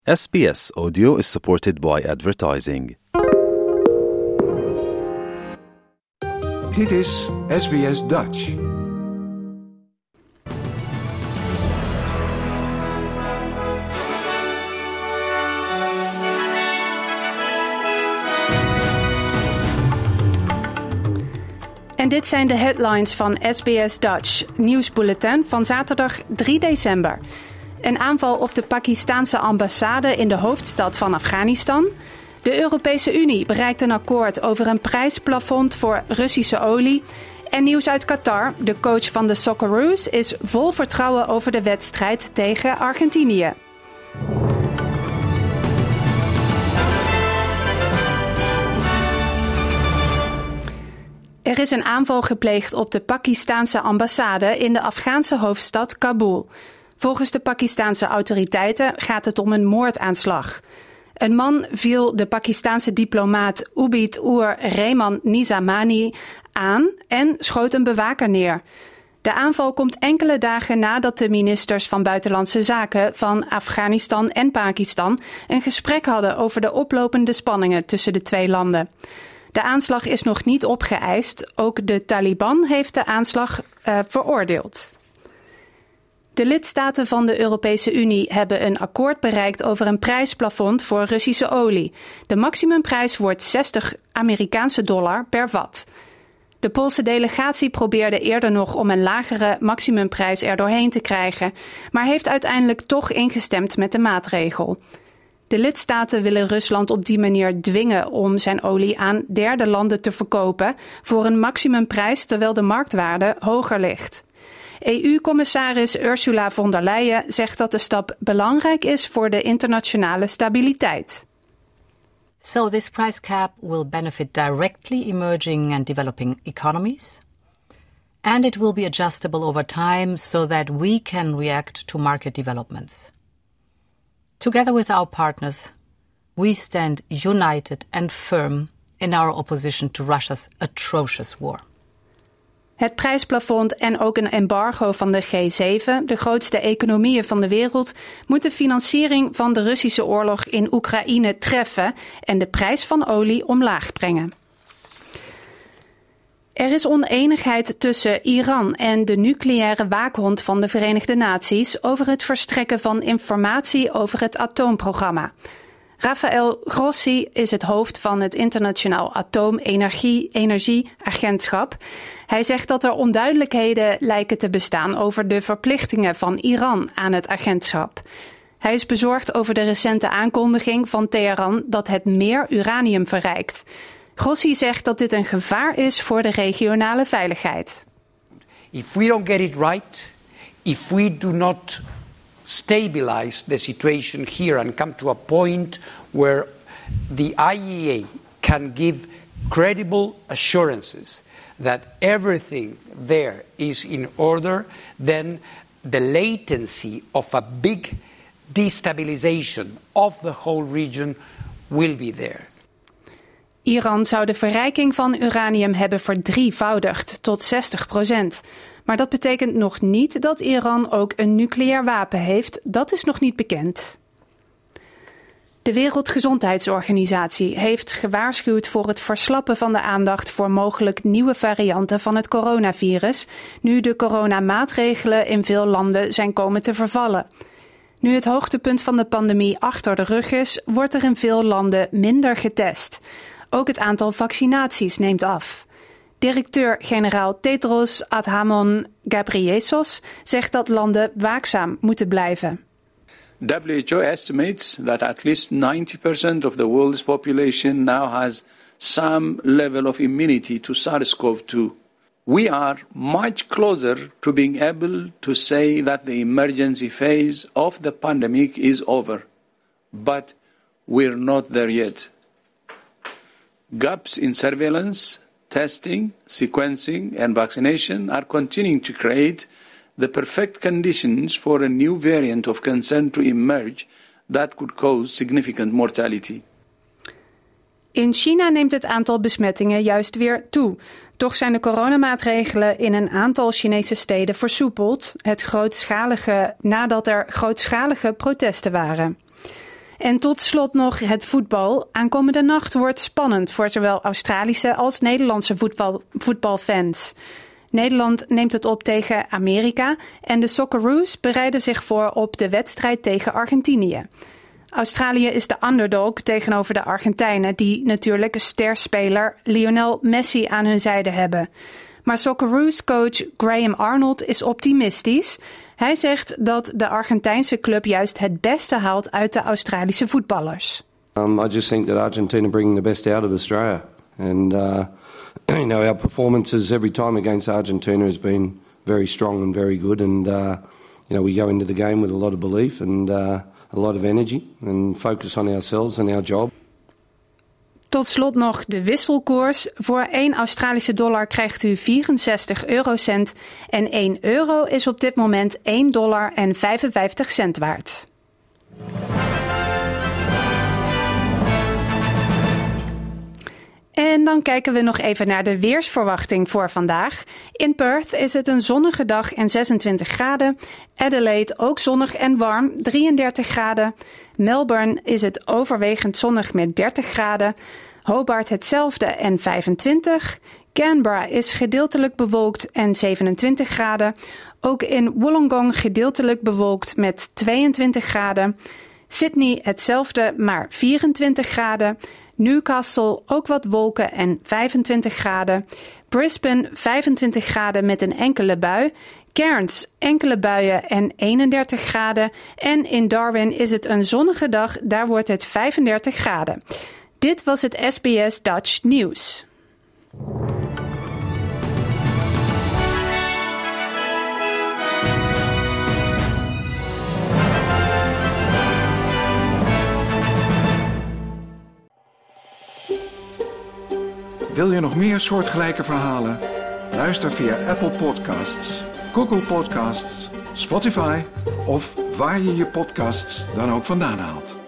SBS Audio is supported by advertising. Dit is SBS Dutch. En dit zijn de headlines van SBS Dutch, nieuwsbulletin van zaterdag 3 december. Een aanval op de Pakistaanse ambassade in de hoofdstad van Afghanistan. De Europese Unie bereikt een akkoord over een prijsplafond voor Russische olie. En nieuws uit Qatar. De coach van de Socceroos is vol vertrouwen over de wedstrijd tegen Argentinië. Er is een aanval gepleegd op de Pakistaanse ambassade in de Afghaanse hoofdstad Kabul. Volgens de Pakistaanse autoriteiten gaat het om een moordaanslag. Een man viel de Pakistaanse diplomaat Ubid-ur-Rehman Nizamani aan en schoot een bewaker neer. De aanval komt enkele dagen nadat de ministers van Buitenlandse Zaken van Afghanistan en Pakistan een gesprek hadden over de oplopende spanningen tussen de twee landen. De aanslag is nog niet opgeëist. Ook de Taliban heeft de aanslag veroordeeld. De lidstaten van de Europese Unie hebben een akkoord bereikt over een prijsplafond voor Russische olie. De maximumprijs wordt $60 per vat. De Poolse delegatie probeerde eerder nog om een lagere maximumprijs er doorheen te krijgen, maar heeft uiteindelijk toch ingestemd met de maatregel. De lidstaten willen Rusland op die manier dwingen om zijn olie aan derde landen te verkopen voor een maximumprijs terwijl de marktwaarde hoger ligt. EU-commissaris Ursula von der Leyen zegt dat de stap belangrijk is voor de internationale stabiliteit. So this price cap will benefit directly emerging and developing economies. And it will be adjustable over time so that we can react to market developments. Together with our partners, we stand united and firm in our opposition to Russia's atrocious war. Het prijsplafond en ook een embargo van de G7, de grootste economieën van de wereld, moet de financiering van de Russische oorlog in Oekraïne treffen en de prijs van olie omlaag brengen. Er is onenigheid tussen Iran en de nucleaire waakhond van de Verenigde Naties over het verstrekken van informatie over het atoomprogramma. Rafael Grossi is het hoofd van het Internationaal Atoomenergieagentschap. Hij zegt dat er onduidelijkheden lijken te bestaan over de verplichtingen van Iran aan het agentschap. Hij is bezorgd over de recente aankondiging van Teheran dat het meer uranium verrijkt. Grossi zegt dat dit een gevaar is voor de regionale veiligheid. If we don't get it right, if we do not stabilize the situation here and come to a point where the IAEA can give credible assurances that everything there is in order, then the latency of a big destabilization of the whole region will be there. Iran zou de verrijking van uranium hebben verdrievoudigd tot 60%. Maar dat betekent nog niet dat Iran ook een nucleair wapen heeft. Dat is nog niet bekend. De Wereldgezondheidsorganisatie heeft gewaarschuwd voor het verslappen van de aandacht voor mogelijk nieuwe varianten van het coronavirus, nu de coronamaatregelen in veel landen zijn komen te vervallen. Nu het hoogtepunt van de pandemie achter de rug is, wordt er in veel landen minder getest. Ook het aantal vaccinaties neemt af. Directeur-generaal Tedros Adhanom Ghebreyesus zegt dat landen waakzaam moeten blijven. WHO estimates that at least 90% of the world's population now has some level of immunity to SARS-CoV-2. We are much closer to being able to say that the emergency phase of the pandemic is over. But we're not there yet. Gaps in surveillance, testing, sequencing and vaccination are continuing to create the perfect conditions for a new variant of concern to emerge that could cause significant mortality. In China neemt het aantal besmettingen juist weer toe. Toch zijn de coronamaatregelen in een aantal Chinese steden versoepeld, nadat er grootschalige protesten waren. En tot slot nog het voetbal. Aankomende nacht wordt spannend voor zowel Australische als Nederlandse voetbalfans. Nederland neemt het op tegen Amerika en de Socceroos bereiden zich voor op de wedstrijd tegen Argentinië. Australië is de underdog tegenover de Argentijnen die natuurlijk een sterspeler Lionel Messi aan hun zijde hebben. Maar Socceroos-coach Graham Arnold is optimistisch. Hij zegt dat de Argentijnse club juist het beste haalt uit de Australische voetballers. I just think that Argentina bring the best out of Australia. And, our performances every time against Argentina has been very strong and very good. And, we go into the game with a lot of belief and a lot of energy and focus on ourselves and our job. Tot slot nog de wisselkoers. Voor 1 Australische dollar krijgt u 64 eurocent en 1 euro is op dit moment $1.55 waard. En dan kijken we nog even naar de weersverwachting voor vandaag. In Perth is het een zonnige dag en 26 graden. Adelaide ook zonnig en warm, 33 graden. Melbourne is het overwegend zonnig met 30 graden. Hobart hetzelfde en 25. Canberra is gedeeltelijk bewolkt en 27 graden. Ook in Wollongong gedeeltelijk bewolkt met 22 graden. Sydney hetzelfde, maar 24 graden. Newcastle ook wat wolken en 25 graden. Brisbane 25 graden met een enkele bui. Cairns enkele buien en 31 graden. En in Darwin is het een zonnige dag, daar wordt het 35 graden. Dit was het SBS Dutch Nieuws. Wil je nog meer soortgelijke verhalen? Luister via Apple Podcasts, Google Podcasts, Spotify of waar je je podcasts dan ook vandaan haalt.